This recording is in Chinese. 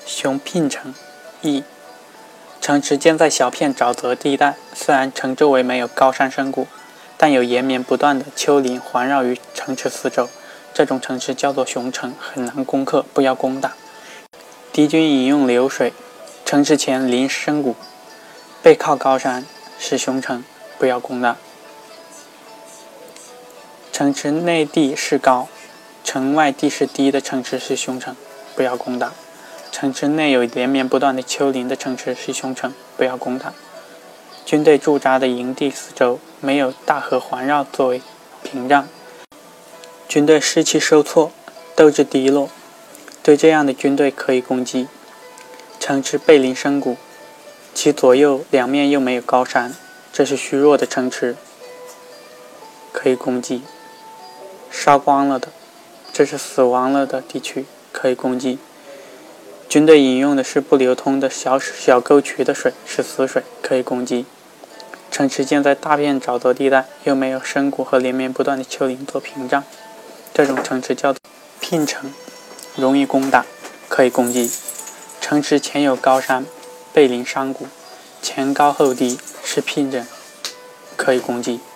雄牝城一，城池建在小片沼泽地带，虽然城周围没有高山深谷，但有延绵不断的丘陵环绕于城池四周。这种城池叫做雄城，很难攻克，不要攻打。敌军引用流水，城池前临深谷，背靠高山，是雄城，不要攻打。城池内地势高，城外地势低的城池是雄城，不要攻打。城池内有连绵不断的丘陵的城池是雄城，不要攻打。军队驻扎的营地四周没有大河环绕作为屏障，军队士气受挫，斗志低落，对这样的军队可以攻击。城池背临深谷，其左右两面又没有高山，这是虚弱的城池，可以攻击。烧光了的，这是死亡了的地区，可以攻击。军队饮用的是不流通的小沟渠的水，是死水，可以攻击。城池建在大片沼泽地带，又没有深谷和连绵不断的丘陵做屏障，这种城池叫做牝城，容易攻打，可以攻击。城池前有高山，背临山谷，前高后低，是牝城，可以攻击。